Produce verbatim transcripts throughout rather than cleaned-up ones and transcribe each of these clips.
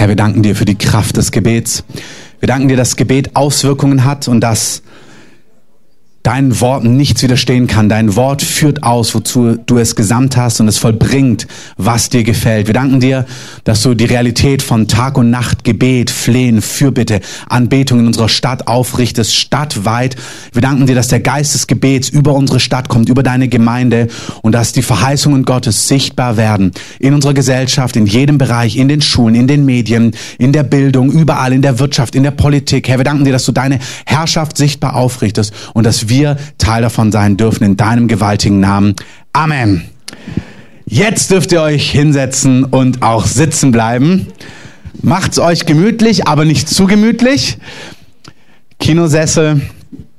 Herr, wir danken dir für die Kraft des Gebets. Wir danken dir, dass Gebet Auswirkungen hat und dass deinen Worten nichts widerstehen kann. Dein Wort führt aus, wozu du es gesandt hast, und es vollbringt, was dir gefällt. Wir danken dir, dass du die Realität von Tag und Nacht, Gebet, Flehen, Fürbitte, Anbetung in unserer Stadt aufrichtest, stadtweit. Wir danken dir, dass der Geist des Gebets über unsere Stadt kommt, über deine Gemeinde, und dass die Verheißungen Gottes sichtbar werden in unserer Gesellschaft, in jedem Bereich, in den Schulen, in den Medien, in der Bildung, überall, in der Wirtschaft, in der Politik. Herr, wir danken dir, dass du deine Herrschaft sichtbar aufrichtest und dass wir Teil davon sein dürfen, in deinem gewaltigen Namen. Amen. Jetzt dürft ihr euch hinsetzen und auch sitzen bleiben. Macht's euch gemütlich, aber nicht zu gemütlich. Kinosessel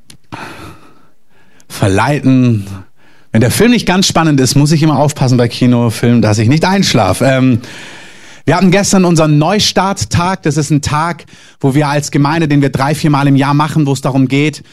verleiten. Wenn der Film nicht ganz spannend ist, muss ich immer aufpassen bei Kinofilmen, dass ich nicht einschlafe. Ähm, Wir hatten gestern unseren Neustarttag. Das ist ein Tag, wo wir als Gemeinde, den wir drei, vier Mal im Jahr machen, wo es darum geht,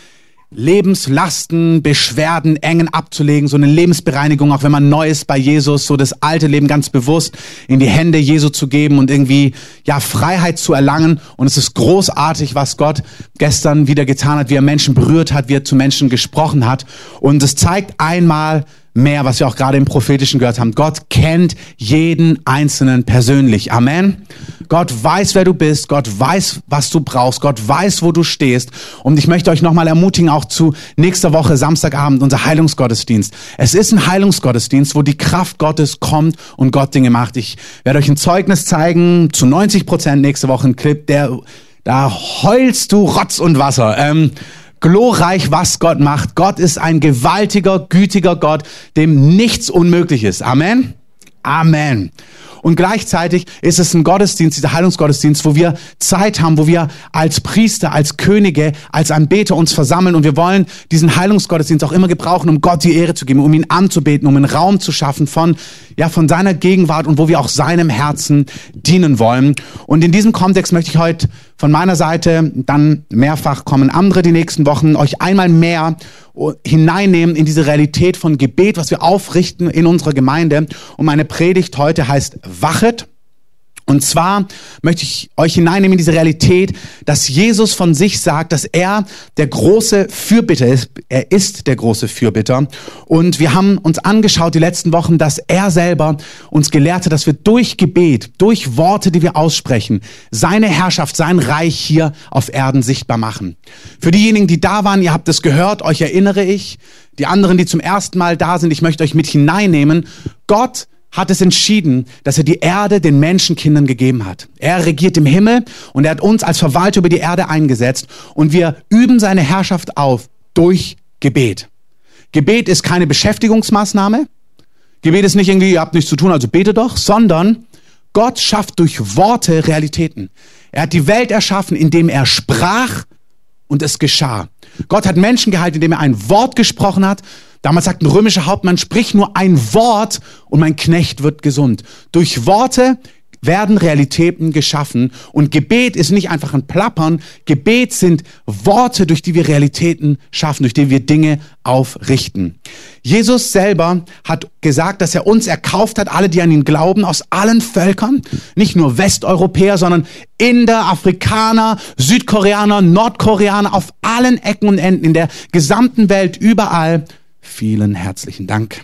Lebenslasten, Beschwerden, Engen abzulegen, so eine Lebensbereinigung, auch wenn man neu ist bei Jesus, so das alte Leben ganz bewusst in die Hände Jesu zu geben und irgendwie, ja, Freiheit zu erlangen. Und es ist großartig, was Gott gestern wieder getan hat, wie er Menschen berührt hat, wie er zu Menschen gesprochen hat. Und es zeigt einmal mehr, was wir auch gerade im Prophetischen gehört haben. Gott kennt jeden Einzelnen persönlich. Amen. Gott weiß, wer du bist. Gott weiß, was du brauchst. Gott weiß, wo du stehst. Und ich möchte euch nochmal ermutigen, auch zu nächster Woche, Samstagabend, unser Heilungsgottesdienst. Es ist ein Heilungsgottesdienst, wo die Kraft Gottes kommt und Gott Dinge macht. Ich werde euch ein Zeugnis zeigen, zu neunzig Prozent nächste Woche ein Clip, der, da heulst du Rotz und Wasser. Ähm, Glorreich, was Gott macht. Gott ist ein gewaltiger, gütiger Gott, dem nichts unmöglich ist. Amen. Amen. Und gleichzeitig ist es ein Gottesdienst, dieser Heilungsgottesdienst, wo wir Zeit haben, wo wir als Priester, als Könige, als Anbeter uns versammeln, und wir wollen diesen Heilungsgottesdienst auch immer gebrauchen, um Gott die Ehre zu geben, um ihn anzubeten, um einen Raum zu schaffen von, ja, von seiner Gegenwart, und wo wir auch seinem Herzen dienen wollen. Und in diesem Kontext möchte ich heute von meiner Seite, dann mehrfach kommen andere die nächsten Wochen, euch einmal mehr hineinnehmen in diese Realität von Gebet, was wir aufrichten in unserer Gemeinde. Und meine Predigt heute heißt Wachet. Und zwar möchte ich euch hineinnehmen in diese Realität, dass Jesus von sich sagt, dass er der große Fürbitter ist. Er ist der große Fürbitter. Und wir haben uns angeschaut die letzten Wochen, dass er selber uns gelehrt hat, dass wir durch Gebet, durch Worte, die wir aussprechen, seine Herrschaft, sein Reich hier auf Erden sichtbar machen. Für diejenigen, die da waren, ihr habt es gehört, euch erinnere ich. Die anderen, die zum ersten Mal da sind, ich möchte euch mit hineinnehmen. Gott hat es entschieden, dass er die Erde den Menschenkindern gegeben hat. Er regiert im Himmel und er hat uns als Verwalter über die Erde eingesetzt, und wir üben seine Herrschaft auf durch Gebet. Gebet ist keine Beschäftigungsmaßnahme. Gebet ist nicht irgendwie, ihr habt nichts zu tun, also bete doch, sondern Gott schafft durch Worte Realitäten. Er hat die Welt erschaffen, indem er sprach, und es geschah. Gott hat Menschen geheilt, indem er ein Wort gesprochen hat. Damals sagt ein römischer Hauptmann, sprich nur ein Wort und mein Knecht wird gesund. Durch Worte werden Realitäten geschaffen, und Gebet ist nicht einfach ein Plappern. Gebet sind Worte, durch die wir Realitäten schaffen, durch die wir Dinge aufrichten. Jesus selber hat gesagt, dass er uns erkauft hat, alle, die an ihn glauben, aus allen Völkern, nicht nur Westeuropäer, sondern Inder, Afrikaner, Südkoreaner, Nordkoreaner, auf allen Ecken und Enden in der gesamten Welt, überall. Vielen herzlichen Dank.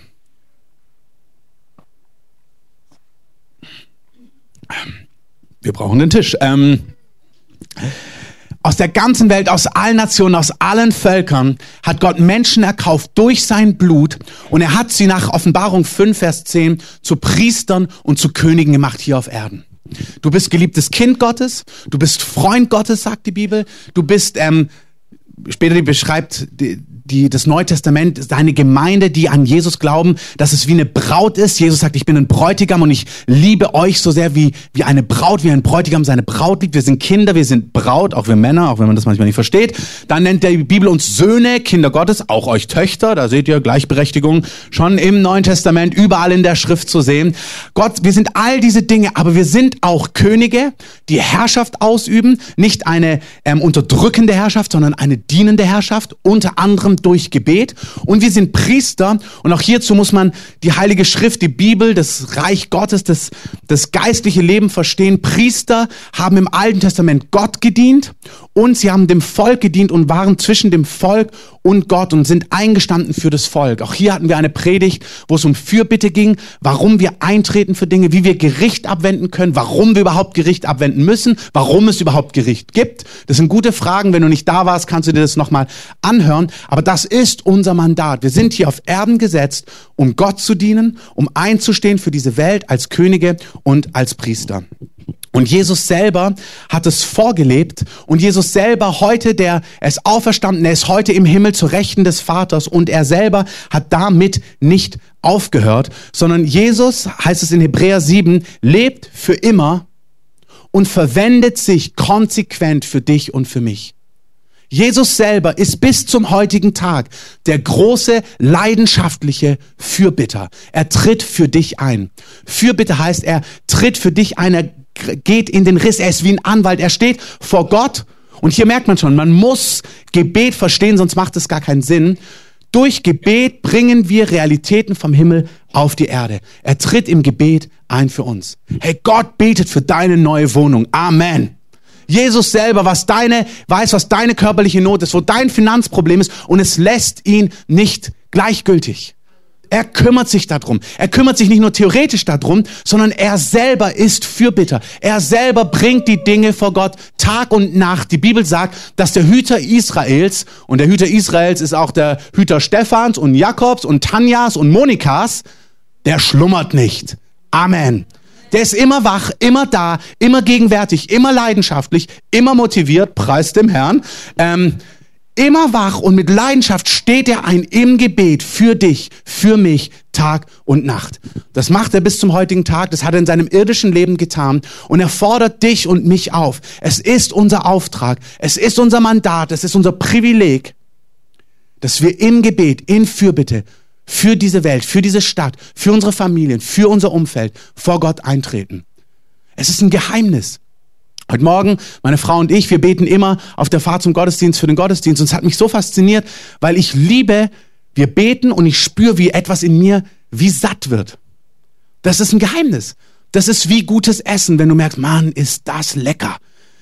Wir brauchen den Tisch. Ähm, aus der ganzen Welt, aus allen Nationen, aus allen Völkern hat Gott Menschen erkauft durch sein Blut, und er hat sie nach Offenbarung fünf, Vers zehn zu Priestern und zu Königen gemacht hier auf Erden. Du bist geliebtes Kind Gottes, du bist Freund Gottes, sagt die Bibel, du bist, ähm, später die beschreibt die, die, das Neue Testament, seine Gemeinde, die an Jesus glauben, dass es wie eine Braut ist. Jesus sagt, ich bin ein Bräutigam und ich liebe euch so sehr wie, wie eine Braut, wie ein Bräutigam seine Braut liebt. Wir sind Kinder, wir sind Braut, auch wir Männer, auch wenn man das manchmal nicht versteht. Dann nennt die Bibel uns Söhne, Kinder Gottes, auch euch Töchter. Da seht ihr Gleichberechtigung schon im Neuen Testament, überall in der Schrift zu sehen. Gott, wir sind all diese Dinge, aber wir sind auch Könige, die Herrschaft ausüben. Nicht eine ähm, unterdrückende Herrschaft, sondern eine dienende Herrschaft. Unter anderem kommt durch Gebet und wir sind Priester und auch hierzu muss man die Heilige Schrift, die Bibel, das Reich Gottes, das, das geistliche Leben verstehen. Priester haben im Alten Testament Gott gedient und sie haben dem Volk gedient und waren zwischen dem Volk und Gott und sind eingestanden für das Volk. Auch hier hatten wir eine Predigt, wo es um Fürbitte ging, warum wir eintreten für Dinge, wie wir Gericht abwenden können, warum wir überhaupt Gericht abwenden müssen, warum es überhaupt Gericht gibt. Das sind gute Fragen. Wenn du nicht da warst, kannst du dir das nochmal anhören. Aber das ist unser Mandat. Wir sind hier auf Erden gesetzt, um Gott zu dienen, um einzustehen für diese Welt als Könige und als Priester. Und Jesus selber hat es vorgelebt und Jesus selber heute, der er ist auferstanden, er ist heute im Himmel zur Rechten des Vaters und er selber hat damit nicht aufgehört, sondern Jesus, heißt es in Hebräer sieben, lebt für immer und verwendet sich konsequent für dich und für mich. Jesus selber ist bis zum heutigen Tag der große, leidenschaftliche Fürbitter. Er tritt für dich ein. Fürbitter heißt, er tritt für dich ein, er geht in den Riss, er ist wie ein Anwalt, er steht vor Gott. Und hier merkt man schon, man muss Gebet verstehen, sonst macht es gar keinen Sinn. Durch Gebet bringen wir Realitäten vom Himmel auf die Erde. Er tritt im Gebet ein für uns. Hey, Gott betet für deine neue Wohnung. Amen. Jesus selber, was deine, weiß, was deine körperliche Not ist, wo dein Finanzproblem ist und es lässt ihn nicht gleichgültig. Er kümmert sich darum. Er kümmert sich nicht nur theoretisch darum, sondern er selber ist Fürbitter. Er selber bringt die Dinge vor Gott Tag und Nacht. Die Bibel sagt, dass der Hüter Israels, und der Hüter Israels ist auch der Hüter Stephans und Jakobs und Tanjas und Monikas, der schlummert nicht. Amen. Der ist immer wach, immer da, immer gegenwärtig, immer leidenschaftlich, immer motiviert, preis dem Herrn. Ähm, immer wach und mit Leidenschaft steht er ein im Gebet für dich, für mich, Tag und Nacht. Das macht er bis zum heutigen Tag, das hat er in seinem irdischen Leben getan und er fordert dich und mich auf. Es ist unser Auftrag, es ist unser Mandat, es ist unser Privileg, dass wir im Gebet, in Fürbitte, für diese Welt, für diese Stadt, für unsere Familien, für unser Umfeld vor Gott eintreten. Es ist ein Geheimnis. Heute Morgen, meine Frau und ich, wir beten immer auf der Fahrt zum Gottesdienst für den Gottesdienst. Und es hat mich so fasziniert, weil ich liebe, wir beten und ich spüre, wie etwas in mir wie satt wird. Das ist ein Geheimnis. Das ist wie gutes Essen, wenn du merkst, Mann, ist das lecker.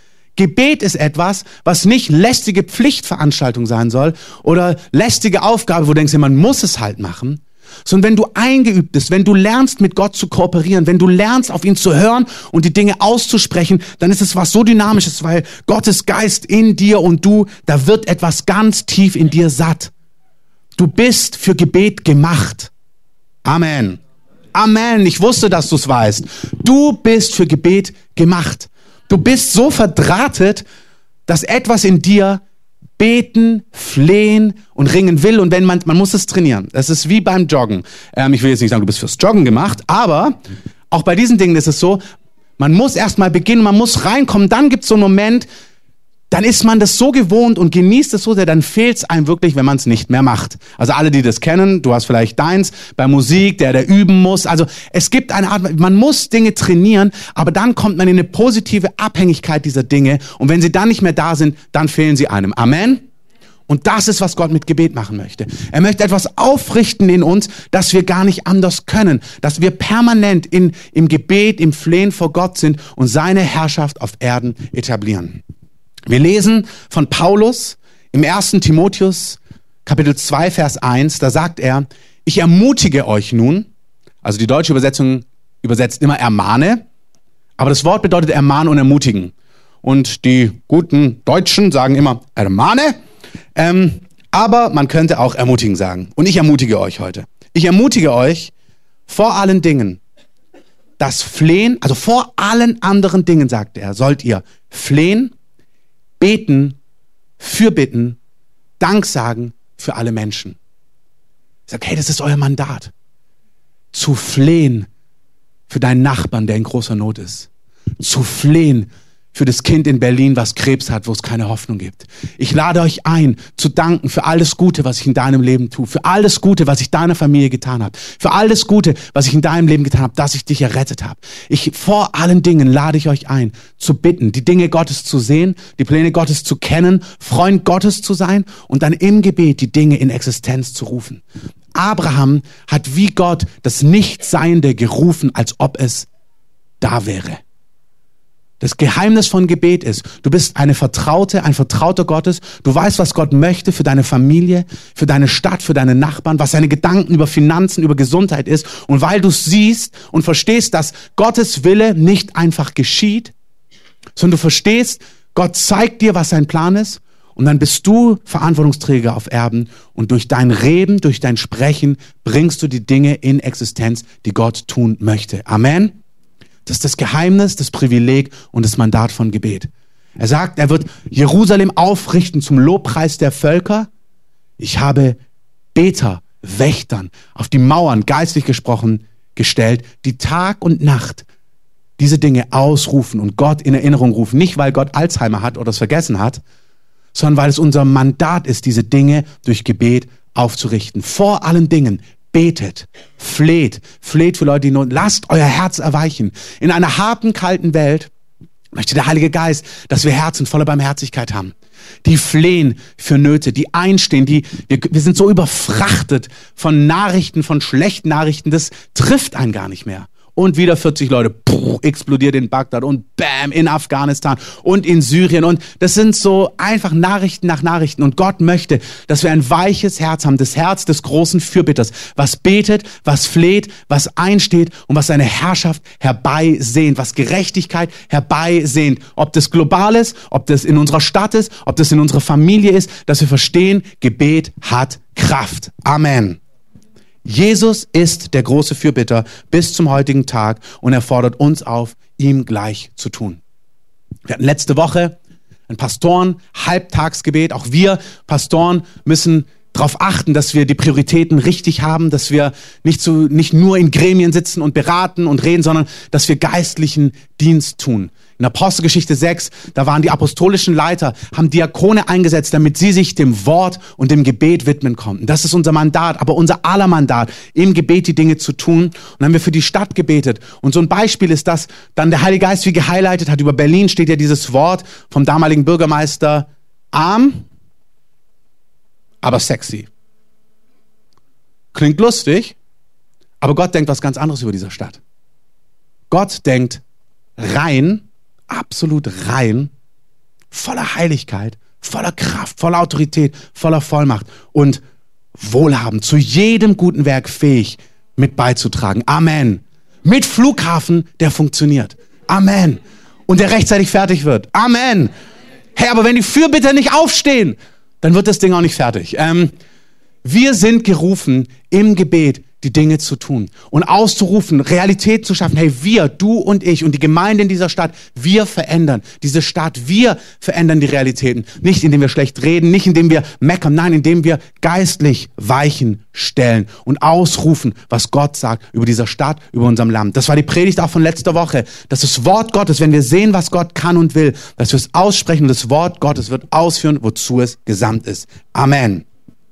Gebet ist etwas, was nicht lästige Pflichtveranstaltung sein soll oder lästige Aufgabe, wo du denkst, man muss es halt machen, sondern wenn du eingeübt bist, wenn du lernst, mit Gott zu kooperieren, wenn du lernst, auf ihn zu hören und die Dinge auszusprechen, dann ist es was so Dynamisches, weil Gottes Geist in dir und du, da wird etwas ganz tief in dir satt. Du bist für Gebet gemacht. Amen. Amen. Ich wusste, dass du es weißt. Du bist für Gebet gemacht. Du bist so verdrahtet, dass etwas in dir beten, flehen und ringen will. Und wenn man, man muss es trainieren. Das ist wie beim Joggen. Ähm, ich will jetzt nicht sagen, du bist fürs Joggen gemacht, aber auch bei diesen Dingen ist es so, man muss erst mal beginnen, man muss reinkommen. Dann gibt es so einen Moment, dann ist man das so gewohnt und genießt es so sehr, dann fehlt es einem wirklich, wenn man es nicht mehr macht. Also alle, die das kennen, du hast vielleicht deins, bei Musik, der, der üben muss. Also es gibt eine Art, man muss Dinge trainieren, aber dann kommt man in eine positive Abhängigkeit dieser Dinge und wenn sie dann nicht mehr da sind, dann fehlen sie einem. Amen? Und das ist, was Gott mit Gebet machen möchte. Er möchte etwas aufrichten in uns, das wir gar nicht anders können. Dass wir permanent in, im Gebet, im Flehen vor Gott sind und seine Herrschaft auf Erden etablieren. Wir lesen von Paulus im ersten Timotheus, Kapitel zwei, Vers eins, da sagt er, ich ermutige euch nun, also die deutsche Übersetzung übersetzt immer ermahne, aber das Wort bedeutet ermahnen und ermutigen. Und die guten Deutschen sagen immer ermahne, ähm, aber man könnte auch ermutigen sagen. Und ich ermutige euch heute. Ich ermutige euch vor allen Dingen, das Flehen, also vor allen anderen Dingen, sagt er, sollt ihr flehen, beten, fürbitten, Dank sagen für alle Menschen. Ich sage, hey, das ist euer Mandat. Zu flehen für deinen Nachbarn, der in großer Not ist. Zu flehen für das Kind in Berlin, was Krebs hat, wo es keine Hoffnung gibt. Ich lade euch ein, zu danken für alles Gute, was ich in deinem Leben tue, für alles Gute, was ich deiner Familie getan habe, für alles Gute, was ich in deinem Leben getan habe, dass ich dich errettet habe. Ich, vor allen Dingen lade ich euch ein, zu bitten, die Dinge Gottes zu sehen, die Pläne Gottes zu kennen, Freund Gottes zu sein und dann im Gebet die Dinge in Existenz zu rufen. Abraham hat wie Gott das Nichtseiende gerufen, als ob es da wäre. Das Geheimnis von Gebet ist, du bist eine Vertraute, ein Vertrauter Gottes. Du weißt, was Gott möchte für deine Familie, für deine Stadt, für deine Nachbarn, was seine Gedanken über Finanzen, über Gesundheit ist. Und weil du siehst und verstehst, dass Gottes Wille nicht einfach geschieht, sondern du verstehst, Gott zeigt dir, was sein Plan ist. Und dann bist du Verantwortungsträger auf Erden. Und durch dein Reden, durch dein Sprechen bringst du die Dinge in Existenz, die Gott tun möchte. Amen. Das ist das Geheimnis, das Privileg und das Mandat von Gebet. Er sagt, er wird Jerusalem aufrichten zum Lobpreis der Völker. Ich habe Beter, Wächtern auf die Mauern, geistlich gesprochen, gestellt, die Tag und Nacht diese Dinge ausrufen und Gott in Erinnerung rufen. Nicht, weil Gott Alzheimer hat oder es vergessen hat, sondern weil es unser Mandat ist, diese Dinge durch Gebet aufzurichten. Vor allen Dingen betet, fleht, fleht für Leute, die Not. Lasst euer Herz erweichen. In einer harten, kalten Welt möchte der Heilige Geist, dass wir Herzen voller Barmherzigkeit haben. Die flehen für Nöte, die einstehen, die, wir, wir sind so überfrachtet von Nachrichten, von schlechten Nachrichten, das trifft einen gar nicht mehr. Und wieder vierzig Leute, puh, explodiert in Bagdad und bam, in Afghanistan und in Syrien. Und das sind so einfach Nachrichten nach Nachrichten. Und Gott möchte, dass wir ein weiches Herz haben, das Herz des großen Fürbitters, was betet, was fleht, was einsteht und was seine Herrschaft herbeisehnt, was Gerechtigkeit herbeisehnt. Ob das global ist, ob das in unserer Stadt ist, ob das in unserer Familie ist, dass wir verstehen, Gebet hat Kraft. Amen. Jesus ist der große Fürbitter bis zum heutigen Tag und er fordert uns auf, ihm gleich zu tun. Wir hatten letzte Woche ein Pastoren-Halbtagsgebet. Auch wir Pastoren müssen darauf achten, dass wir die Prioritäten richtig haben, dass wir nicht, so, nicht nur in Gremien sitzen und beraten und reden, sondern dass wir geistlichen Dienst tun. In Apostelgeschichte sechs, da waren die apostolischen Leiter, haben Diakone eingesetzt, damit sie sich dem Wort und dem Gebet widmen konnten. Das ist unser Mandat, aber unser aller Mandat, im Gebet die Dinge zu tun. Und dann haben wir für die Stadt gebetet. Und so ein Beispiel ist das, dann der Heilige Geist wie gehighlightet hat. Über Berlin steht ja dieses Wort vom damaligen Bürgermeister, arm, aber sexy. Klingt lustig, aber Gott denkt was ganz anderes über diese Stadt. Gott denkt rein, absolut rein, voller Heiligkeit, voller Kraft, voller Autorität, voller Vollmacht und wohlhabend, zu jedem guten Werk fähig mit beizutragen. Amen. Mit Flughafen, der funktioniert. Amen. Und der rechtzeitig fertig wird. Amen. Hey, aber wenn die Fürbitter nicht aufstehen, dann wird das Ding auch nicht fertig. Ähm, wir sind gerufen, im Gebet die Dinge zu tun und auszurufen, Realität zu schaffen. Hey, wir, du und ich und die Gemeinde in dieser Stadt, wir verändern diese Stadt, wir verändern die Realitäten. Nicht, indem wir schlecht reden, nicht, indem wir meckern, nein, indem wir geistlich Weichen stellen und ausrufen, was Gott sagt über dieser Stadt, über unserem Land. Das war die Predigt auch von letzter Woche, dass das Wort Gottes, wenn wir sehen, was Gott kann und will, dass wir es aussprechen und das Wort Gottes wird ausführen, wozu es gesandt ist. Amen.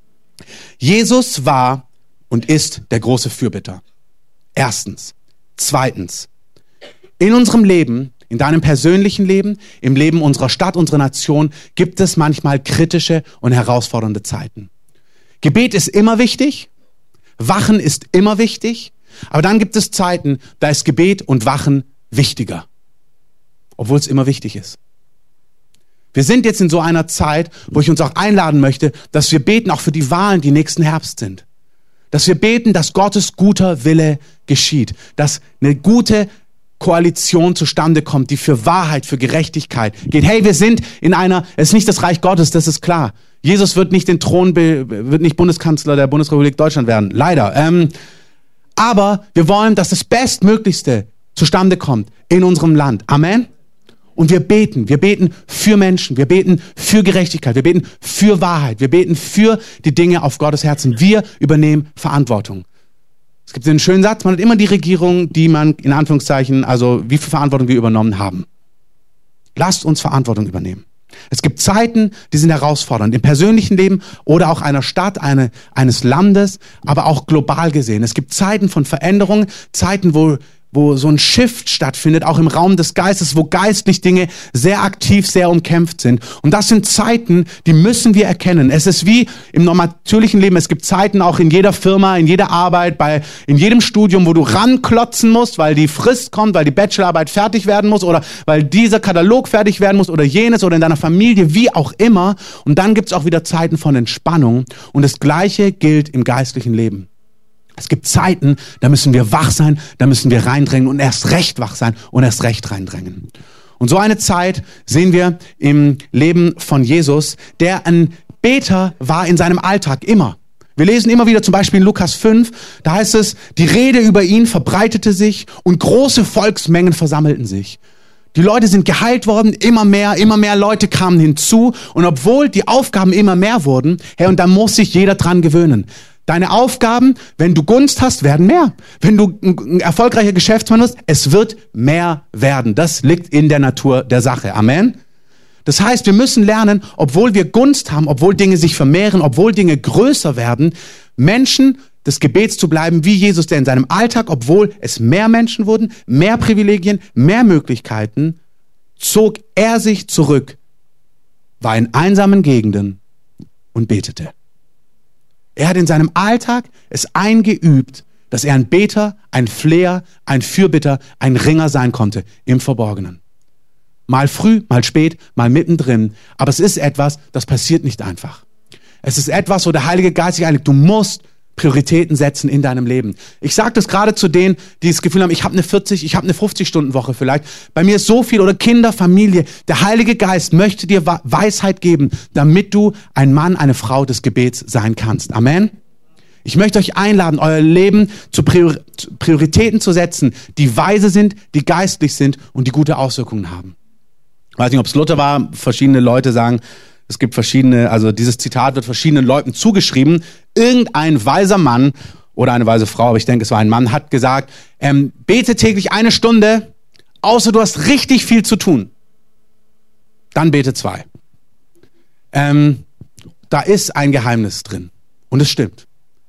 Jesus war und ist der große Fürbitter. Erstens. Zweitens. In unserem Leben, in deinem persönlichen Leben, im Leben unserer Stadt, unserer Nation, gibt es manchmal kritische und herausfordernde Zeiten. Gebet ist immer wichtig. Wachen ist immer wichtig. Aber dann gibt es Zeiten, da ist Gebet und Wachen wichtiger. Obwohl es immer wichtig ist. Wir sind jetzt in so einer Zeit, wo ich uns auch einladen möchte, dass wir beten, auch für die Wahlen, die nächsten Herbst sind. Dass wir beten, dass Gottes guter Wille geschieht. Dass eine gute Koalition zustande kommt, die für Wahrheit, für Gerechtigkeit geht. Hey, wir sind in einer, es ist nicht das Reich Gottes, das ist klar. Jesus wird nicht den Thron, wird nicht Bundeskanzler der Bundesrepublik Deutschland werden. Leider. Ähm, aber wir wollen, dass das Bestmöglichste zustande kommt in unserem Land. Amen. Und wir beten, wir beten für Menschen, wir beten für Gerechtigkeit, wir beten für Wahrheit, wir beten für die Dinge auf Gottes Herzen. Wir übernehmen Verantwortung. Es gibt einen schönen Satz, man hat immer die Regierung, die man in Anführungszeichen, also wie viel Verantwortung wir übernommen haben. Lasst uns Verantwortung übernehmen. Es gibt Zeiten, die sind herausfordernd, im persönlichen Leben oder auch einer Stadt, eine, eines Landes, aber auch global gesehen. Es gibt Zeiten von Veränderung, Zeiten, wo wo so ein Shift stattfindet, auch im Raum des Geistes, wo geistlich Dinge sehr aktiv, sehr umkämpft sind. Und das sind Zeiten, die müssen wir erkennen. Es ist wie im natürlichen Leben, es gibt Zeiten auch in jeder Firma, in jeder Arbeit, bei, in jedem Studium, wo du ranklotzen musst, weil die Frist kommt, weil die Bachelorarbeit fertig werden muss oder weil dieser Katalog fertig werden muss oder jenes oder in deiner Familie, wie auch immer. Und dann gibt's auch wieder Zeiten von Entspannung. Und das Gleiche gilt im geistlichen Leben. Es gibt Zeiten, da müssen wir wach sein, da müssen wir reindrängen und erst recht wach sein und erst recht reindrängen. Und so eine Zeit sehen wir im Leben von Jesus, der ein Beter war in seinem Alltag, immer. Wir lesen immer wieder zum Beispiel in Lukas fünf, da heißt es, die Rede über ihn verbreitete sich und große Volksmengen versammelten sich. Die Leute sind geheilt worden, immer mehr, immer mehr Leute kamen hinzu und obwohl die Aufgaben immer mehr wurden, hey, und da muss sich jeder dran gewöhnen. Deine Aufgaben, wenn du Gunst hast, werden mehr. Wenn du ein erfolgreicher Geschäftsmann bist, es wird mehr werden. Das liegt in der Natur der Sache. Amen. Das heißt, wir müssen lernen, obwohl wir Gunst haben, obwohl Dinge sich vermehren, obwohl Dinge größer werden, Menschen des Gebets zu bleiben, wie Jesus, der in seinem Alltag, obwohl es mehr Menschen wurden, mehr Privilegien, mehr Möglichkeiten, zog er sich zurück, war in einsamen Gegenden und betete. Er hat in seinem Alltag es eingeübt, dass er ein Beter, ein Fleher, ein Fürbitter, ein Ringer sein konnte im Verborgenen. Mal früh, mal spät, mal mittendrin. Aber es ist etwas, das passiert nicht einfach. Es ist etwas, wo der Heilige Geist sich einlegt. Du musst Prioritäten setzen in deinem Leben. Ich sage das gerade zu denen, die das Gefühl haben, ich habe eine vierzig, ich habe eine fünfzig-Stunden-Woche vielleicht. Bei mir ist so viel oder Kinder, Familie. Der Heilige Geist möchte dir Weisheit geben, damit du ein Mann, eine Frau des Gebets sein kannst. Amen. Ich möchte euch einladen, euer Leben zu Prioritäten zu setzen, die weise sind, die geistlich sind und die gute Auswirkungen haben. Ich weiß nicht, ob es Luther war, verschiedene Leute sagen, es gibt verschiedene, also dieses Zitat wird verschiedenen Leuten zugeschrieben. Irgendein weiser Mann oder eine weise Frau, aber ich denke, es war ein Mann, hat gesagt, ähm, bete täglich eine Stunde, außer du hast richtig viel zu tun. Dann bete zwei. Ähm, da ist ein Geheimnis drin. Und es stimmt.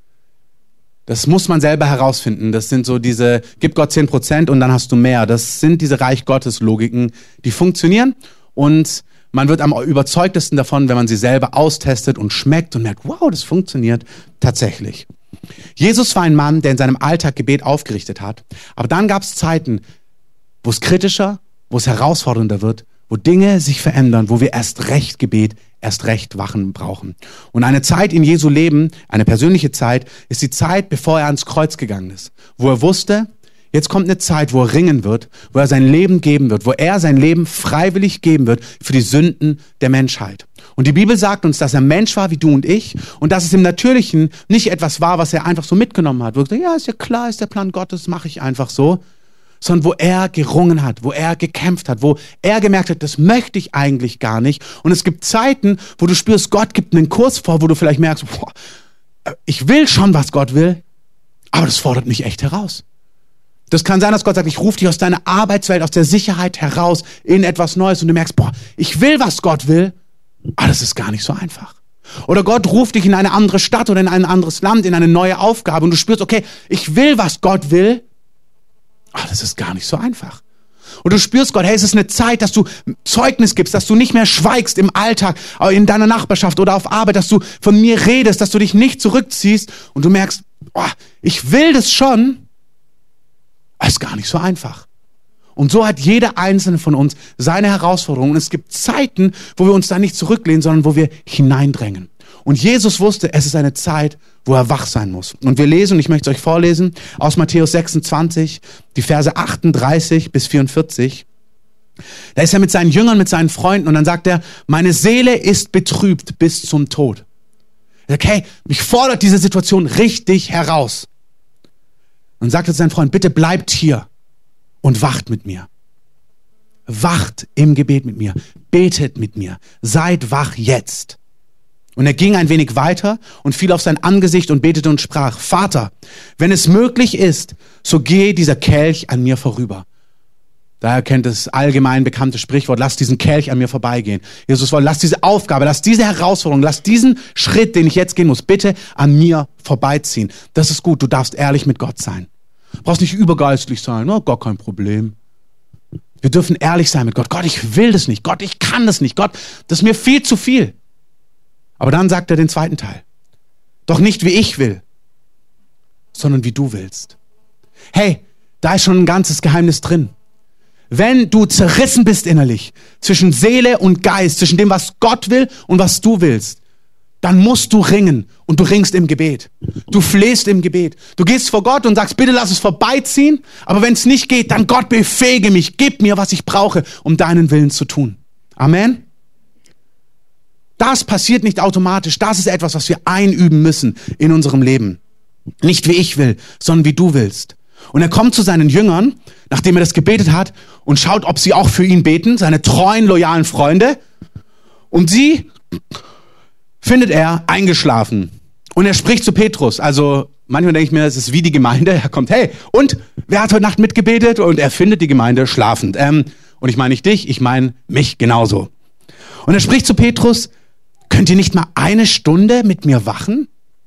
Das muss man selber herausfinden. Das sind so diese, gib Gott zehn Prozent und dann hast du mehr. Das sind diese Reich Gottes Logiken, die funktionieren und man wird am überzeugtesten davon, wenn man sie selber austestet und schmeckt und merkt, wow, das funktioniert tatsächlich. Jesus war ein Mann, der in seinem Alltag Gebet aufgerichtet hat. Aber dann gab es Zeiten, wo es kritischer, wo es herausfordernder wird, wo Dinge sich verändern, wo wir erst recht Gebet, erst recht Wachen brauchen. Und eine Zeit in Jesu Leben, eine persönliche Zeit, ist die Zeit, bevor er ans Kreuz gegangen ist, wo er wusste, jetzt kommt eine Zeit, wo er ringen wird, wo er sein Leben geben wird, wo er sein Leben freiwillig geben wird für die Sünden der Menschheit. Und die Bibel sagt uns, dass er Mensch war wie du und ich und dass es im Natürlichen nicht etwas war, was er einfach so mitgenommen hat. Wo er gesagt, ja, ist ja klar, ist der Plan Gottes, mache ich einfach so. Sondern wo er gerungen hat, wo er gekämpft hat, wo er gemerkt hat, das möchte ich eigentlich gar nicht. Und es gibt Zeiten, wo du spürst, Gott gibt einen Kurs vor, wo du vielleicht merkst, boah, ich will schon, was Gott will, aber das fordert mich echt heraus. Das kann sein, dass Gott sagt, ich rufe dich aus deiner Arbeitswelt, aus der Sicherheit heraus in etwas Neues und du merkst, boah, ich will, was Gott will, aber das ist gar nicht so einfach. Oder Gott ruft dich in eine andere Stadt oder in ein anderes Land, in eine neue Aufgabe und du spürst, okay, ich will, was Gott will, aber das ist gar nicht so einfach. Und du spürst Gott, hey, es ist eine Zeit, dass du Zeugnis gibst, dass du nicht mehr schweigst im Alltag, in deiner Nachbarschaft oder auf Arbeit, dass du von mir redest, dass du dich nicht zurückziehst und du merkst, boah, ich will das schon, aber es ist gar nicht so einfach. Und so hat jeder einzelne von uns seine Herausforderungen. Und es gibt Zeiten, wo wir uns da nicht zurücklehnen, sondern wo wir hineindrängen. Und Jesus wusste, es ist eine Zeit, wo er wach sein muss. Und wir lesen, und ich möchte es euch vorlesen, aus Matthäus sechsundzwanzig, die Verse achtunddreißig bis vierundvierzig. Da ist er mit seinen Jüngern, mit seinen Freunden und dann sagt er, meine Seele ist betrübt bis zum Tod. Er sagt, hey, mich fordert diese Situation richtig heraus. Und sagte zu seinem Freund, bitte bleibt hier und wacht mit mir. Wacht im Gebet mit mir. Betet mit mir. Seid wach jetzt. Und er ging ein wenig weiter und fiel auf sein Angesicht und betete und sprach, Vater, wenn es möglich ist, so gehe dieser Kelch an mir vorüber. Daher kennt das allgemein bekannte Sprichwort, lass diesen Kelch an mir vorbeigehen. Jesus wollte, lass diese Aufgabe, lass diese Herausforderung, lass diesen Schritt, den ich jetzt gehen muss, bitte an mir vorbeiziehen. Das ist gut, du darfst ehrlich mit Gott sein. Du brauchst nicht übergeistlich sein, oh, gar kein Problem. Wir dürfen ehrlich sein mit Gott. Gott, ich will das nicht. Gott, ich kann das nicht. Gott, das ist mir viel zu viel. Aber dann sagt er den zweiten Teil. Doch nicht wie ich will, sondern wie du willst. Hey, da ist schon ein ganzes Geheimnis drin. Wenn du zerrissen bist innerlich, zwischen Seele und Geist, zwischen dem, was Gott will und was du willst, dann musst du ringen und du ringst im Gebet. Du flehst im Gebet. Du gehst vor Gott und sagst, bitte lass es vorbeiziehen, aber wenn es nicht geht, dann Gott, befähige mich, gib mir, was ich brauche, um deinen Willen zu tun. Amen. Das passiert nicht automatisch. Das ist etwas, was wir einüben müssen in unserem Leben. Nicht wie ich will, sondern wie du willst. Und er kommt zu seinen Jüngern, nachdem er das gebetet hat, und schaut, ob sie auch für ihn beten, seine treuen, loyalen Freunde. Und sie findet er eingeschlafen. Und er spricht zu Petrus. Also manchmal denke ich mir, es ist wie die Gemeinde. Er kommt, hey, und wer hat heute Nacht mitgebetet? Und er findet die Gemeinde schlafend. Ähm, und ich meine nicht dich, ich meine mich genauso. Und er spricht zu Petrus, könnt ihr nicht mal eine Stunde mit mir wachen?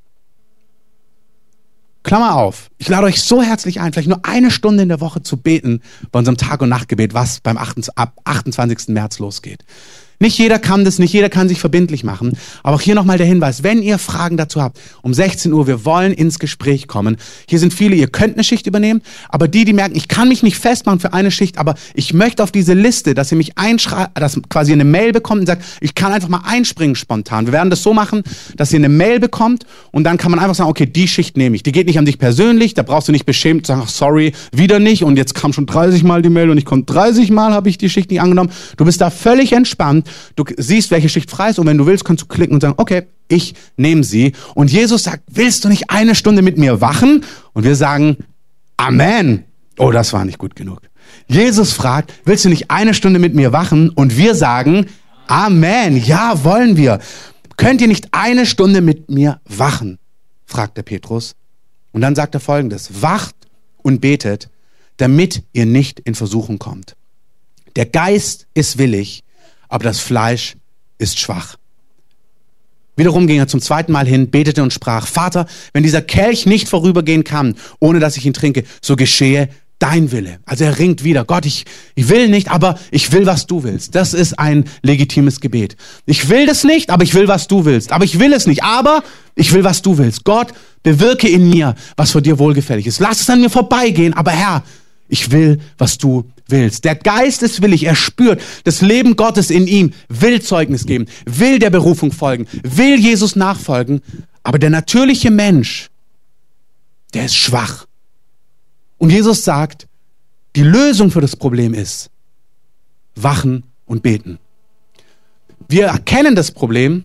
Klammer auf, ich lade euch so herzlich ein, vielleicht nur eine Stunde in der Woche zu beten bei unserem Tag- und Nachtgebet, was beim achtundzwanzigsten März losgeht. Nicht jeder kann das, nicht jeder kann sich verbindlich machen. Aber auch hier nochmal der Hinweis, wenn ihr Fragen dazu habt, um sechzehn Uhr, wir wollen ins Gespräch kommen. Hier sind viele, ihr könnt eine Schicht übernehmen, aber die, die merken, ich kann mich nicht festmachen für eine Schicht, aber ich möchte auf diese Liste, dass ihr mich einschreibt, dass quasi eine Mail bekommt und sagt, ich kann einfach mal einspringen spontan. Wir werden das so machen, dass ihr eine Mail bekommt und dann kann man einfach sagen, okay, die Schicht nehme ich. Die geht nicht an dich persönlich, da brauchst du nicht beschämt sagen, ach, sorry, wieder nicht und jetzt kam schon dreißig Mal die Mail und ich konnte dreißig Mal, habe ich die Schicht nicht angenommen. Du bist da völlig entspannt. Du siehst, welche Schicht frei ist und wenn du willst, kannst du klicken und sagen, okay, ich nehme sie. Und Jesus sagt, willst du nicht eine Stunde mit mir wachen? Und wir sagen, Amen. Oh, das war nicht gut genug. Jesus fragt, willst du nicht eine Stunde mit mir wachen? Und wir sagen, Amen. Ja, wollen wir. Könnt ihr nicht eine Stunde mit mir wachen? Fragt der Petrus. Und dann sagt er Folgendes, wacht und betet, damit ihr nicht in Versuchung kommt. Der Geist ist willig, aber das Fleisch ist schwach. Wiederum ging er zum zweiten Mal hin, betete und sprach, Vater, wenn dieser Kelch nicht vorübergehen kann, ohne dass ich ihn trinke, so geschehe dein Wille. Also er ringt wieder, Gott, ich, ich will nicht, aber ich will, was du willst. Das ist ein legitimes Gebet. Ich will das nicht, aber ich will, was du willst. Aber ich will es nicht, aber ich will, was du willst. Gott, bewirke in mir, was vor dir wohlgefällig ist. Lass es an mir vorbeigehen, aber Herr, ich will, was du willst. Der Geist ist willig, er spürt das Leben Gottes in ihm, will Zeugnis geben, will der Berufung folgen, will Jesus nachfolgen, aber der natürliche Mensch, der ist schwach. Und Jesus sagt, die Lösung für das Problem ist, wachen und beten. Wir erkennen das Problem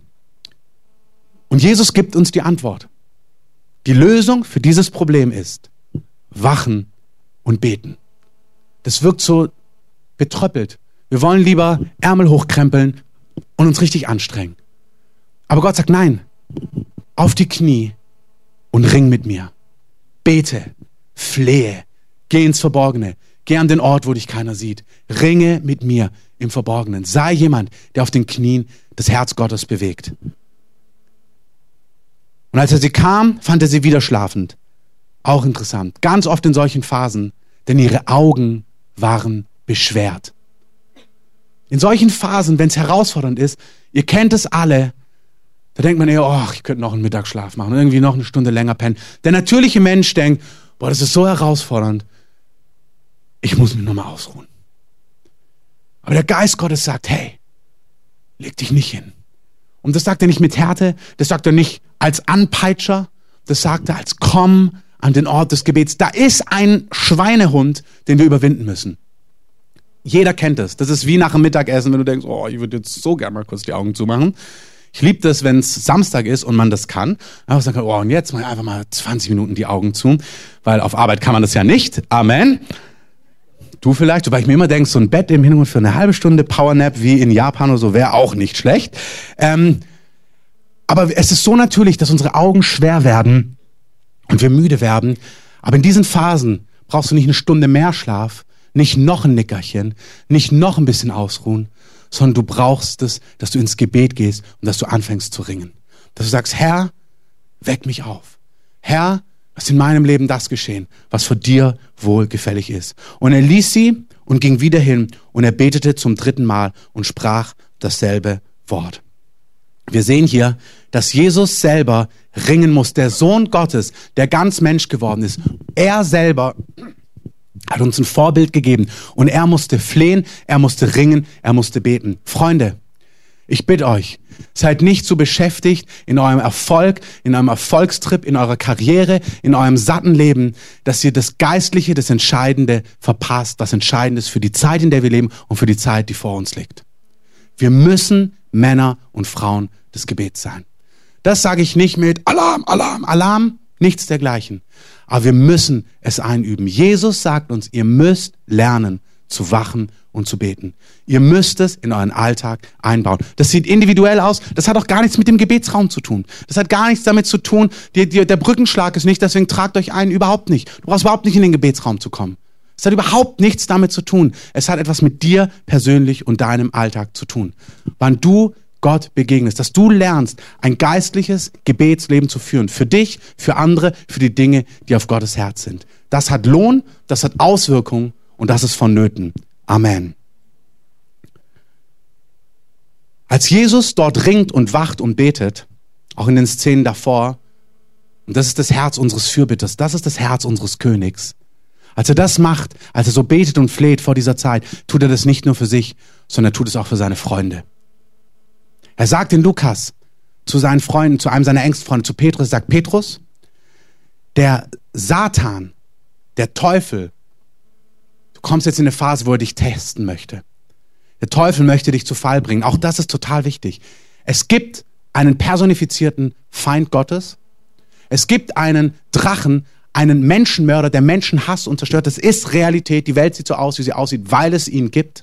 und Jesus gibt uns die Antwort. Die Lösung für dieses Problem ist, wachen und beten. Das wirkt so betröppelt. Wir wollen lieber Ärmel hochkrempeln und uns richtig anstrengen. Aber Gott sagt, nein, auf die Knie und ring mit mir. Bete, flehe, geh ins Verborgene, geh an den Ort, wo dich keiner sieht. Ringe mit mir im Verborgenen. Sei jemand, der auf den Knien das Herz Gottes bewegt. Und als er sie kam, fand er sie wieder schlafend. Auch interessant. Ganz oft in solchen Phasen, denn ihre Augen waren beschwert. In solchen Phasen, wenn es herausfordernd ist, ihr kennt es alle, da denkt man eher, oh, ich könnte noch einen Mittagsschlaf machen, irgendwie noch eine Stunde länger pennen. Der natürliche Mensch denkt, boah, das ist so herausfordernd, ich muss mich nochmal ausruhen. Aber der Geist Gottes sagt, hey, leg dich nicht hin. Und das sagt er nicht mit Härte, das sagt er nicht als Anpeitscher, das sagt er als komm an den Ort des Gebets. Da ist ein Schweinehund, den wir überwinden müssen. Jeder kennt es. Das ist wie nach dem Mittagessen, wenn du denkst, oh, ich würde jetzt so gerne mal kurz die Augen zumachen. Ich liebe das, wenn es Samstag ist und man das kann. Einfach sagen, oh, und jetzt mal einfach mal zwanzig Minuten die Augen zu, weil auf Arbeit kann man das ja nicht. Amen. Du vielleicht, wobei ich mir immer denke, so ein Bett im Hintergrund für eine halbe Stunde Powernap wie in Japan oder so wäre auch nicht schlecht. Ähm, aber es ist so natürlich, dass unsere Augen schwer werden und wir müde werden. Aber in diesen Phasen brauchst du nicht eine Stunde mehr Schlaf, nicht noch ein Nickerchen, nicht noch ein bisschen ausruhen, sondern du brauchst es, dass du ins Gebet gehst und dass du anfängst zu ringen. Dass du sagst, Herr, weck mich auf. Herr, lass in meinem Leben das geschehen, was für dir wohlgefällig ist. Und er ließ sie und ging wieder hin und er betete zum dritten Mal und sprach dasselbe Wort. Wir sehen hier, dass Jesus selber ringen muss. Der Sohn Gottes, der ganz Mensch geworden ist. Er selber hat uns ein Vorbild gegeben und er musste flehen, er musste ringen, er musste beten. Freunde, ich bitte euch, seid nicht so beschäftigt in eurem Erfolg, in eurem Erfolgstrip, in eurer Karriere, in eurem satten Leben, dass ihr das Geistliche, das Entscheidende verpasst, was entscheidend ist für die Zeit, in der wir leben und für die Zeit, die vor uns liegt. Wir müssen Männer und Frauen des Gebets sein. Das sage ich nicht mit Alarm, Alarm, Alarm, nichts dergleichen. Aber wir müssen es einüben. Jesus sagt uns, ihr müsst lernen zu wachen und zu beten. Ihr müsst es in euren Alltag einbauen. Das sieht individuell aus. Das hat auch gar nichts mit dem Gebetsraum zu tun. Das hat gar nichts damit zu tun. Die, die, der Brückenschlag ist nicht, deswegen tragt euch ein. Überhaupt nicht. Du brauchst überhaupt nicht in den Gebetsraum zu kommen. Es hat überhaupt nichts damit zu tun. Es hat etwas mit dir persönlich und deinem Alltag zu tun. Wann du Gott begegnest, dass du lernst, ein geistliches Gebetsleben zu führen. Für dich, für andere, für die Dinge, die auf Gottes Herz sind. Das hat Lohn, das hat Auswirkungen und das ist vonnöten. Amen. Als Jesus dort ringt und wacht und betet, auch in den Szenen davor, und das ist das Herz unseres Fürbitters, das ist das Herz unseres Königs. Als er das macht, als er so betet und fleht vor dieser Zeit, tut er das nicht nur für sich, sondern er tut es auch für seine Freunde. Er sagt in Lukas zu seinen Freunden, zu einem seiner engsten Freunde, zu Petrus, er sagt, Petrus, der Satan, der Teufel, du kommst jetzt in eine Phase, wo er dich testen möchte. Der Teufel möchte dich zu Fall bringen. Auch das ist total wichtig. Es gibt einen personifizierten Feind Gottes. Es gibt einen Drachen, einen Menschenmörder, der Menschen hasst und zerstört. Das ist Realität. Die Welt sieht so aus, wie sie aussieht, weil es ihn gibt.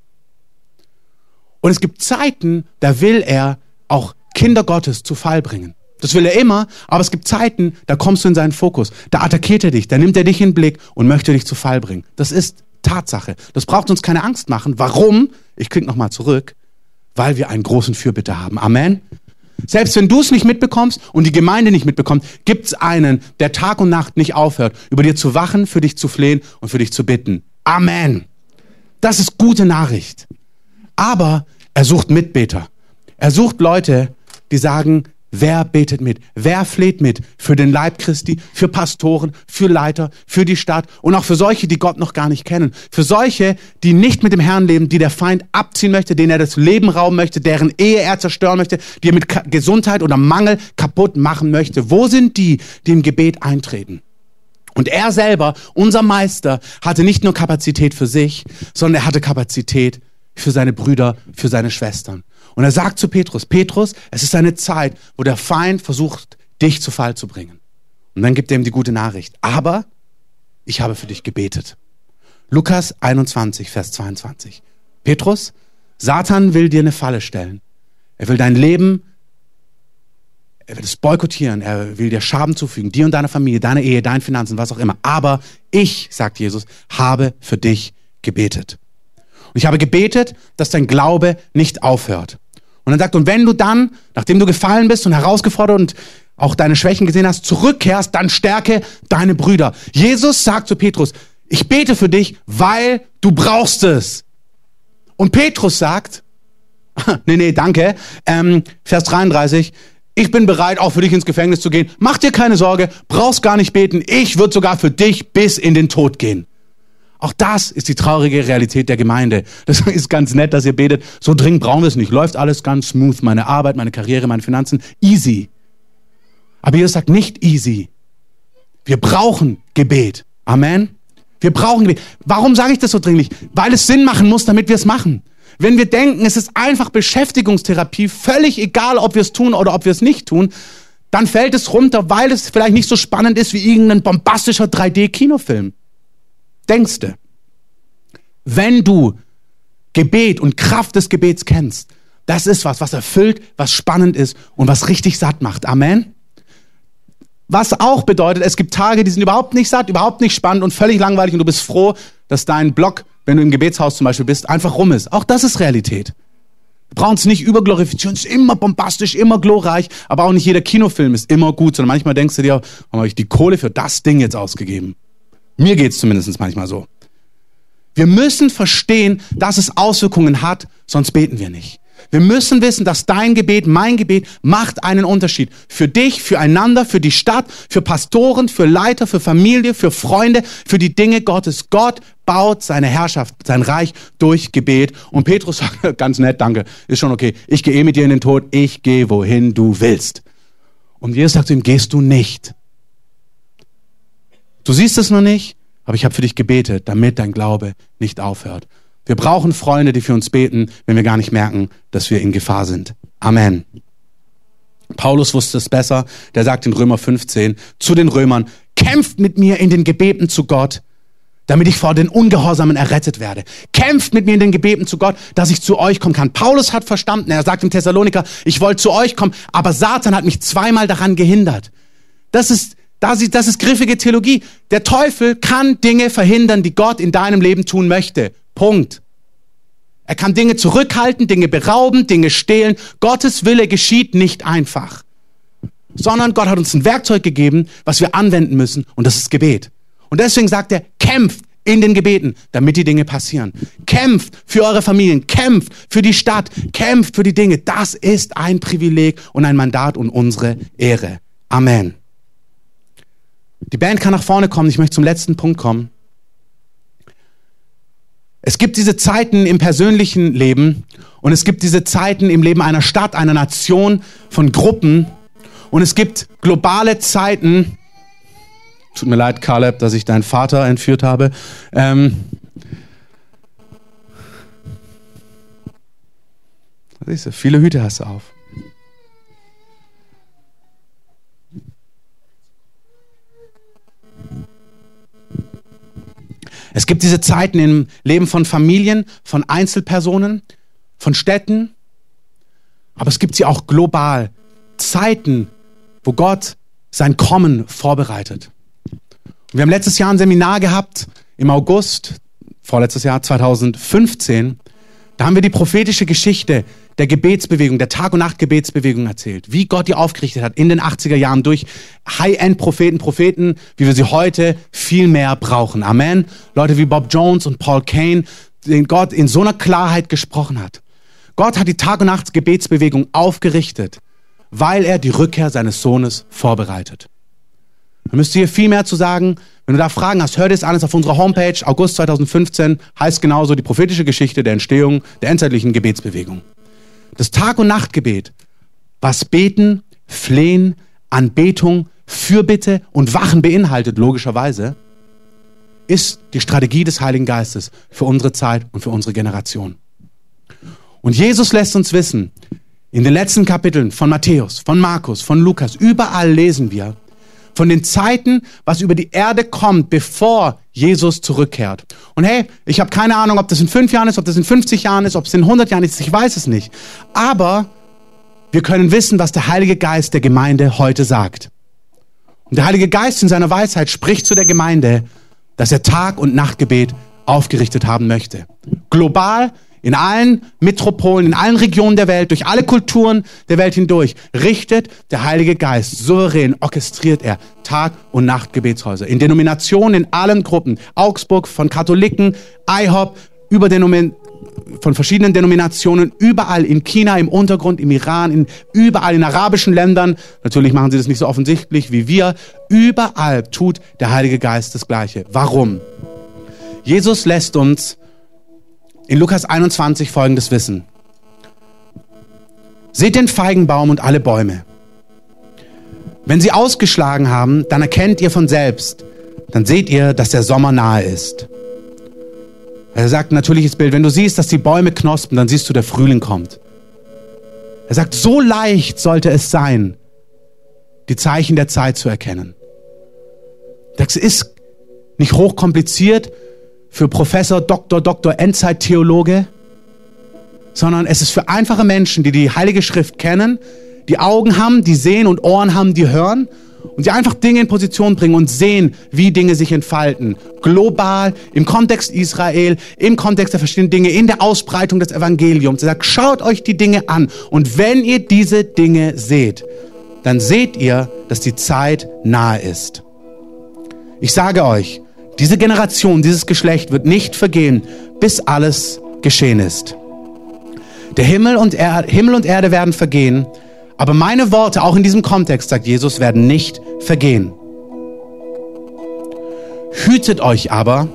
Und es gibt Zeiten, da will er auch Kinder Gottes zu Fall bringen. Das will er immer, aber es gibt Zeiten, da kommst du in seinen Fokus. Da attackiert er dich, da nimmt er dich in den Blick und möchte dich zu Fall bringen. Das ist Tatsache. Das braucht uns keine Angst machen. Warum? Ich klinge nochmal zurück. Weil wir einen großen Fürbitter haben. Amen. Selbst wenn du es nicht mitbekommst und die Gemeinde nicht mitbekommt, gibt es einen, der Tag und Nacht nicht aufhört, über dir zu wachen, für dich zu flehen und für dich zu bitten. Amen. Das ist gute Nachricht. Aber er sucht Mitbeter. Er sucht Leute, die sagen, wer betet mit? Wer fleht mit? Für den Leib Christi, für Pastoren, für Leiter, für die Stadt und auch für solche, die Gott noch gar nicht kennen. Für solche, die nicht mit dem Herrn leben, die der Feind abziehen möchte, denen er das Leben rauben möchte, deren Ehe er zerstören möchte, die er mit Gesundheit oder Mangel kaputt machen möchte. Wo sind die, die im Gebet eintreten? Und er selber, unser Meister, hatte nicht nur Kapazität für sich, sondern er hatte Kapazität für seine Brüder, für seine Schwestern. Und er sagt zu Petrus, Petrus, es ist eine Zeit, wo der Feind versucht, dich zu Fall zu bringen. Und dann gibt er ihm die gute Nachricht. Aber ich habe für dich gebetet. Lukas einundzwanzig, Vers zweiundzwanzig. Petrus, Satan will dir eine Falle stellen. Er will dein Leben, er will es boykottieren, er will dir Schaden zufügen, dir und deiner Familie, deiner Ehe, deinen Finanzen, was auch immer. Aber ich, sagt Jesus, habe für dich gebetet. Und ich habe gebetet, dass dein Glaube nicht aufhört. Und dann sagt, und wenn du dann, nachdem du gefallen bist und herausgefordert und auch deine Schwächen gesehen hast, zurückkehrst, dann stärke deine Brüder. Jesus sagt zu Petrus, ich bete für dich, weil du brauchst es. Und Petrus sagt, nee, nee, danke, ähm, Vers dreiunddreißig, ich bin bereit, auch für dich ins Gefängnis zu gehen. Mach dir keine Sorge, brauchst gar nicht beten. Ich würde sogar für dich bis in den Tod gehen. Auch das ist die traurige Realität der Gemeinde. Das ist ganz nett, dass ihr betet. So dringend brauchen wir es nicht. Läuft alles ganz smooth. Meine Arbeit, meine Karriere, meine Finanzen. Easy. Aber Jesus sagt nicht easy. Wir brauchen Gebet. Amen. Wir brauchen Gebet. Warum sage ich das so dringlich? Weil es Sinn machen muss, damit wir es machen. Wenn wir denken, es ist einfach Beschäftigungstherapie, völlig egal, ob wir es tun oder ob wir es nicht tun, dann fällt es runter, weil es vielleicht nicht so spannend ist wie irgendein bombastischer drei D-Kinofilm. Denkste, wenn du Gebet und Kraft des Gebets kennst, das ist was, was erfüllt, was spannend ist und was richtig satt macht. Amen. Was auch bedeutet, es gibt Tage, die sind überhaupt nicht satt, überhaupt nicht spannend und völlig langweilig und du bist froh, dass dein Block wenn du im Gebetshaus zum Beispiel bist, einfach rum ist. Auch das ist Realität. Wir brauchen es nicht überglorifizieren, es ist immer bombastisch, immer glorreich, aber auch nicht jeder Kinofilm ist immer gut, sondern manchmal denkst du dir, warum habe ich die Kohle für das Ding jetzt ausgegeben? Mir geht's zumindest manchmal so. Wir müssen verstehen, dass es Auswirkungen hat, sonst beten wir nicht. Wir müssen wissen, dass dein Gebet, mein Gebet macht einen Unterschied. Für dich, füreinander, für die Stadt, für Pastoren, für Leiter, für Familie, für Freunde, für die Dinge Gottes. Gott baut seine Herrschaft, sein Reich durch Gebet. Und Petrus sagt, ganz nett, danke, ist schon okay. Ich gehe eh mit dir in den Tod, ich gehe, wohin du willst. Und Jesus sagt zu ihm, gehst du nicht. Du siehst es noch nicht, aber ich habe für dich gebetet, damit dein Glaube nicht aufhört. Wir brauchen Freunde, die für uns beten, wenn wir gar nicht merken, dass wir in Gefahr sind. Amen. Paulus wusste es besser. Der sagt in Römer fünfzehn zu den Römern, kämpft mit mir in den Gebeten zu Gott, damit ich vor den Ungehorsamen errettet werde. Kämpft mit mir in den Gebeten zu Gott, dass ich zu euch kommen kann. Paulus hat verstanden, er sagt im Thessaloniker, ich wollte zu euch kommen, aber Satan hat mich zweimal daran gehindert. Das ist Das ist, das ist griffige Theologie. Der Teufel kann Dinge verhindern, die Gott in deinem Leben tun möchte. Punkt. Er kann Dinge zurückhalten, Dinge berauben, Dinge stehlen. Gottes Wille geschieht nicht einfach. Sondern Gott hat uns ein Werkzeug gegeben, was wir anwenden müssen, und das ist Gebet. Und deswegen sagt er, kämpft in den Gebeten, damit die Dinge passieren. Kämpft für eure Familien, kämpft für die Stadt, kämpft für die Dinge. Das ist ein Privileg und ein Mandat und unsere Ehre. Amen. Die Band kann nach vorne kommen. Ich möchte zum letzten Punkt kommen. Es gibt diese Zeiten im persönlichen Leben und es gibt diese Zeiten im Leben einer Stadt, einer Nation, von Gruppen, und es gibt globale Zeiten. Tut mir leid, Caleb, dass ich deinen Vater entführt habe. Ähm, siehst du, viele Hüte hast du auf. Es gibt diese Zeiten im Leben von Familien, von Einzelpersonen, von Städten, aber es gibt sie auch global. Zeiten, wo Gott sein Kommen vorbereitet. Wir haben letztes Jahr ein Seminar gehabt, im August, vorletztes Jahr zweitausendfünfzehn. Da haben wir die prophetische Geschichte der Gebetsbewegung, der Tag- und Nacht-Gebetsbewegung erzählt. Wie Gott die aufgerichtet hat in den achtziger Jahren durch High-End-Propheten, Propheten, wie wir sie heute viel mehr brauchen. Amen. Leute wie Bob Jones und Paul Cain, denen Gott in so einer Klarheit gesprochen hat. Gott hat die Tag- und Nacht-Gebetsbewegung aufgerichtet, weil er die Rückkehr seines Sohnes vorbereitet. Da müsst ihr hier viel mehr zu sagen. Wenn du da Fragen hast, hör dir das alles auf unserer Homepage. August zweitausendfünfzehn heißt genauso die prophetische Geschichte der Entstehung der endzeitlichen Gebetsbewegung. Das Tag- und Nachtgebet, was Beten, Flehen, Anbetung, Fürbitte und Wachen beinhaltet, logischerweise, ist die Strategie des Heiligen Geistes für unsere Zeit und für unsere Generation. Und Jesus lässt uns wissen, in den letzten Kapiteln von Matthäus, von Markus, von Lukas, überall lesen wir von den Zeiten, was über die Erde kommt, bevor Jesus zurückkehrt. Und hey, ich habe keine Ahnung, ob das in fünf Jahren ist, ob das in fünfzig Jahren ist, ob es in hundert Jahren ist, ich weiß es nicht. Aber wir können wissen, was der Heilige Geist der Gemeinde heute sagt. Und der Heilige Geist in seiner Weisheit spricht zu der Gemeinde, dass er Tag- und Nachtgebet aufgerichtet haben möchte. Global, in allen Metropolen, in allen Regionen der Welt, durch alle Kulturen der Welt hindurch, richtet der Heilige Geist souverän, orchestriert er Tag- und Nachtgebetshäuser. In Denominationen, in allen Gruppen. Augsburg, von Katholiken, I H O P, über Denomin- von verschiedenen Denominationen, überall in China, im Untergrund, im Iran, in, überall in arabischen Ländern. Natürlich machen sie das nicht so offensichtlich wie wir. Überall tut der Heilige Geist das Gleiche. Warum? Jesus lässt uns in Lukas einundzwanzig Folgendes wissen. Seht den Feigenbaum und alle Bäume. Wenn sie ausgeschlagen haben, dann erkennt ihr von selbst, dann seht ihr, dass der Sommer nahe ist. Er sagt, ein natürliches Bild, wenn du siehst, dass die Bäume knospen, dann siehst du, der Frühling kommt. Er sagt, so leicht sollte es sein, die Zeichen der Zeit zu erkennen. Das ist nicht hochkompliziert für Professor, Doktor, Doktor, Endzeit-Theologe, sondern es ist für einfache Menschen, die die Heilige Schrift kennen, die Augen haben, die sehen und Ohren haben, die hören und sie einfach Dinge in Position bringen und sehen, wie Dinge sich entfalten. Global, im Kontext Israel, im Kontext der verschiedenen Dinge, in der Ausbreitung des Evangeliums. Er sagt, schaut euch die Dinge an. Und wenn ihr diese Dinge seht, dann seht ihr, dass die Zeit nahe ist. Ich sage euch, diese Generation, dieses Geschlecht wird nicht vergehen, bis alles geschehen ist. Der Himmel und, er- Himmel und Erde werden vergehen, aber meine Worte, auch in diesem Kontext, sagt Jesus, werden nicht vergehen. Hütet euch aber,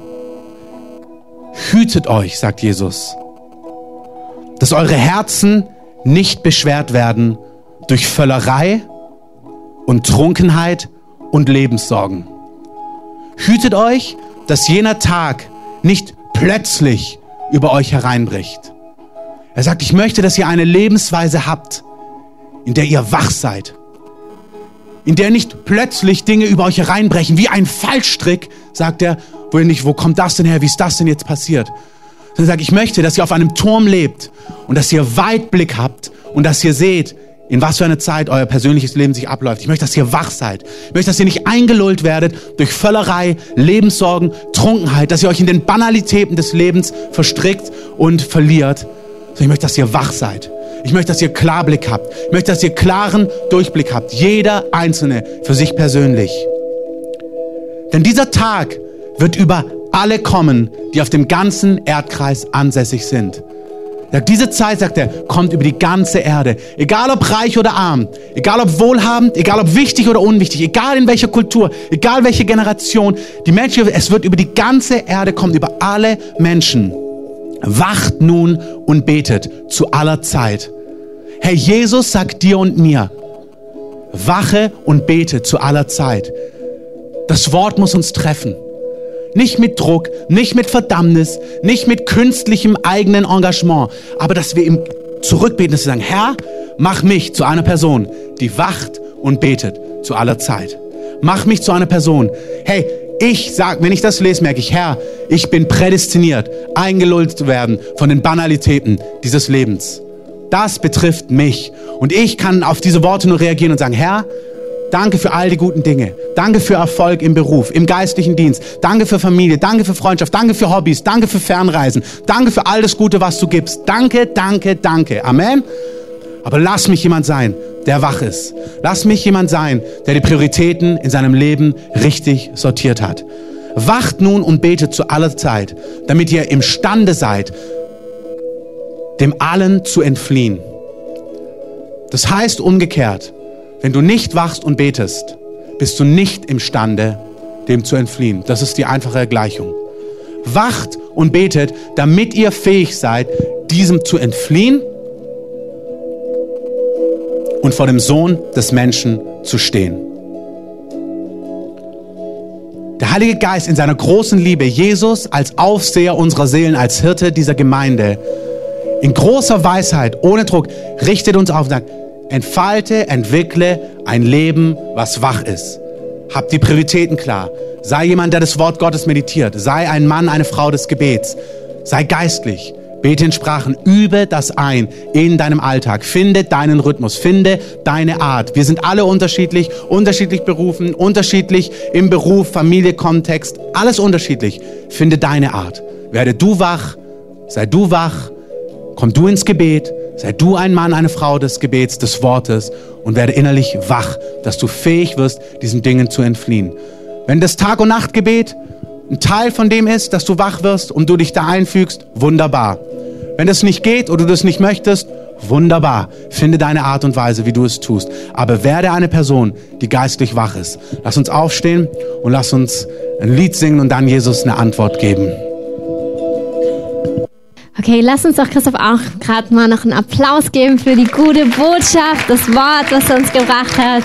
hütet euch, sagt Jesus, dass eure Herzen nicht beschwert werden durch Völlerei und Trunkenheit und Lebenssorgen. Hütet euch, dass jener Tag nicht plötzlich über euch hereinbricht. Er sagt, ich möchte, dass ihr eine Lebensweise habt, in der ihr wach seid. In der nicht plötzlich Dinge über euch hereinbrechen, wie ein Fallstrick, sagt er, wo ihr nicht, wo kommt das denn her, wie ist das denn jetzt passiert? Sondern er sagt, ich möchte, dass ihr auf einem Turm lebt und dass ihr Weitblick habt und dass ihr seht, in was für eine Zeit euer persönliches Leben sich abläuft. Ich möchte, dass ihr wach seid. Ich möchte, dass ihr nicht eingelullt werdet durch Völlerei, Lebenssorgen, Trunkenheit, dass ihr euch in den Banalitäten des Lebens verstrickt und verliert. Ich möchte, dass ihr wach seid. Ich möchte, dass ihr Klarblick habt. Ich möchte, dass ihr klaren Durchblick habt. Jeder Einzelne für sich persönlich. Denn dieser Tag wird über alle kommen, die auf dem ganzen Erdkreis ansässig sind. Diese Zeit, sagt er, kommt über die ganze Erde. Egal ob reich oder arm, egal ob wohlhabend, egal ob wichtig oder unwichtig, egal in welcher Kultur, egal welche Generation, die Menschen, es wird über die ganze Erde kommen, über alle Menschen. Wacht nun und betet zu aller Zeit. Herr Jesus sagt dir und mir, wache und bete zu aller Zeit. Das Wort muss uns treffen. Nicht mit Druck, nicht mit Verdammnis, nicht mit künstlichem eigenen Engagement, aber dass wir ihm zurückbeten, dass wir sagen, Herr, mach mich zu einer Person, die wacht und betet zu aller Zeit. Mach mich zu einer Person, hey, ich sag, wenn ich das lese, merke ich, Herr, ich bin prädestiniert, eingelullt zu werden von den Banalitäten dieses Lebens. Das betrifft mich. Und ich kann auf diese Worte nur reagieren und sagen, Herr, danke für all die guten Dinge. Danke für Erfolg im Beruf, im geistlichen Dienst. Danke für Familie, danke für Freundschaft, danke für Hobbys, danke für Fernreisen. Danke für all das Gute, was du gibst. Danke, danke, danke. Amen. Aber lass mich jemand sein, der wach ist. Lass mich jemand sein, der die Prioritäten in seinem Leben richtig sortiert hat. Wacht nun und betet zu aller Zeit, damit ihr imstande seid, dem Allen zu entfliehen. Das heißt umgekehrt, wenn du nicht wachst und betest, bist du nicht imstande, dem zu entfliehen. Das ist die einfache Gleichung. Wacht und betet, damit ihr fähig seid, diesem zu entfliehen und vor dem Sohn des Menschen zu stehen. Der Heilige Geist in seiner großen Liebe, Jesus als Aufseher unserer Seelen, als Hirte dieser Gemeinde, in großer Weisheit, ohne Druck, richtet uns auf und sagt, entfalte, entwickle ein Leben, was wach ist. Hab die Prioritäten klar. Sei jemand, der das Wort Gottes meditiert. Sei ein Mann, eine Frau des Gebets. Sei geistlich. Bete in Sprachen, übe das ein in deinem Alltag. Finde deinen Rhythmus, finde deine Art. Wir sind alle unterschiedlich, unterschiedlich berufen, unterschiedlich im Beruf, Familie, Kontext, alles unterschiedlich. Finde deine Art. Werde du wach, sei du wach, komm du ins Gebet, sei du ein Mann, eine Frau des Gebets, des Wortes und werde innerlich wach, dass du fähig wirst, diesen Dingen zu entfliehen. Wenn das Tag- und Nachtgebet ein Teil von dem ist, dass du wach wirst und du dich da einfügst, wunderbar. Wenn das nicht geht oder du das nicht möchtest, wunderbar. Finde deine Art und Weise, wie du es tust. Aber werde eine Person, die geistlich wach ist. Lass uns aufstehen und lass uns ein Lied singen und dann Jesus eine Antwort geben. Okay, lass uns doch Christoph auch gerade mal noch einen Applaus geben für die gute Botschaft, das Wort, was er uns gebracht hat.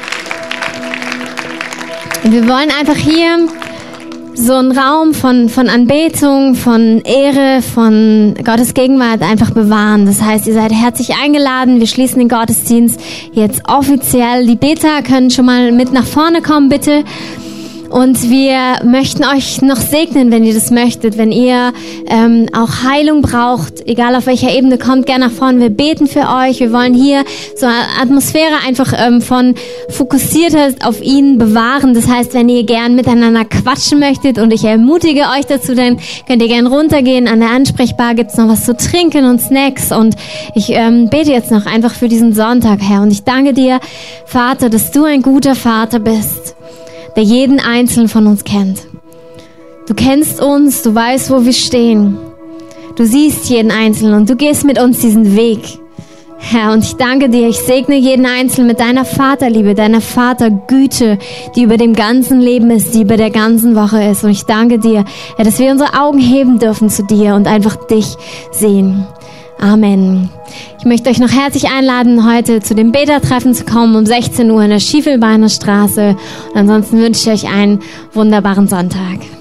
Und wir wollen einfach hier so einen Raum von, von Anbetung, von Ehre, von Gottes Gegenwart einfach bewahren. Das heißt, ihr seid herzlich eingeladen. Wir schließen den Gottesdienst jetzt offiziell. Die Beter können schon mal mit nach vorne kommen, bitte. Und wir möchten euch noch segnen, wenn ihr das möchtet. Wenn ihr ähm, auch Heilung braucht, egal auf welcher Ebene, kommt gerne nach vorne. Wir beten für euch. Wir wollen hier so eine Atmosphäre einfach ähm, von fokussierter auf ihn bewahren. Das heißt, wenn ihr gern miteinander quatschen möchtet und ich ermutige euch dazu, dann könnt ihr gern runtergehen. An der Ansprechbar gibt's noch was zu trinken und Snacks. Und ich ähm, bete jetzt noch einfach für diesen Sonntag, Herr. Und ich danke dir, Vater, dass du ein guter Vater bist, der jeden Einzelnen von uns kennt. Du kennst uns, du weißt, wo wir stehen. Du siehst jeden Einzelnen und du gehst mit uns diesen Weg. Herr, und ich danke dir, ich segne jeden Einzelnen mit deiner Vaterliebe, deiner Vatergüte, die über dem ganzen Leben ist, die über der ganzen Woche ist. Und ich danke dir, Herr, dass wir unsere Augen heben dürfen zu dir und einfach dich sehen. Amen. Ich möchte euch noch herzlich einladen, heute zu dem Betertreffen zu kommen um sechzehn Uhr in der Schiefelbeiner Straße. Und ansonsten wünsche ich euch einen wunderbaren Sonntag.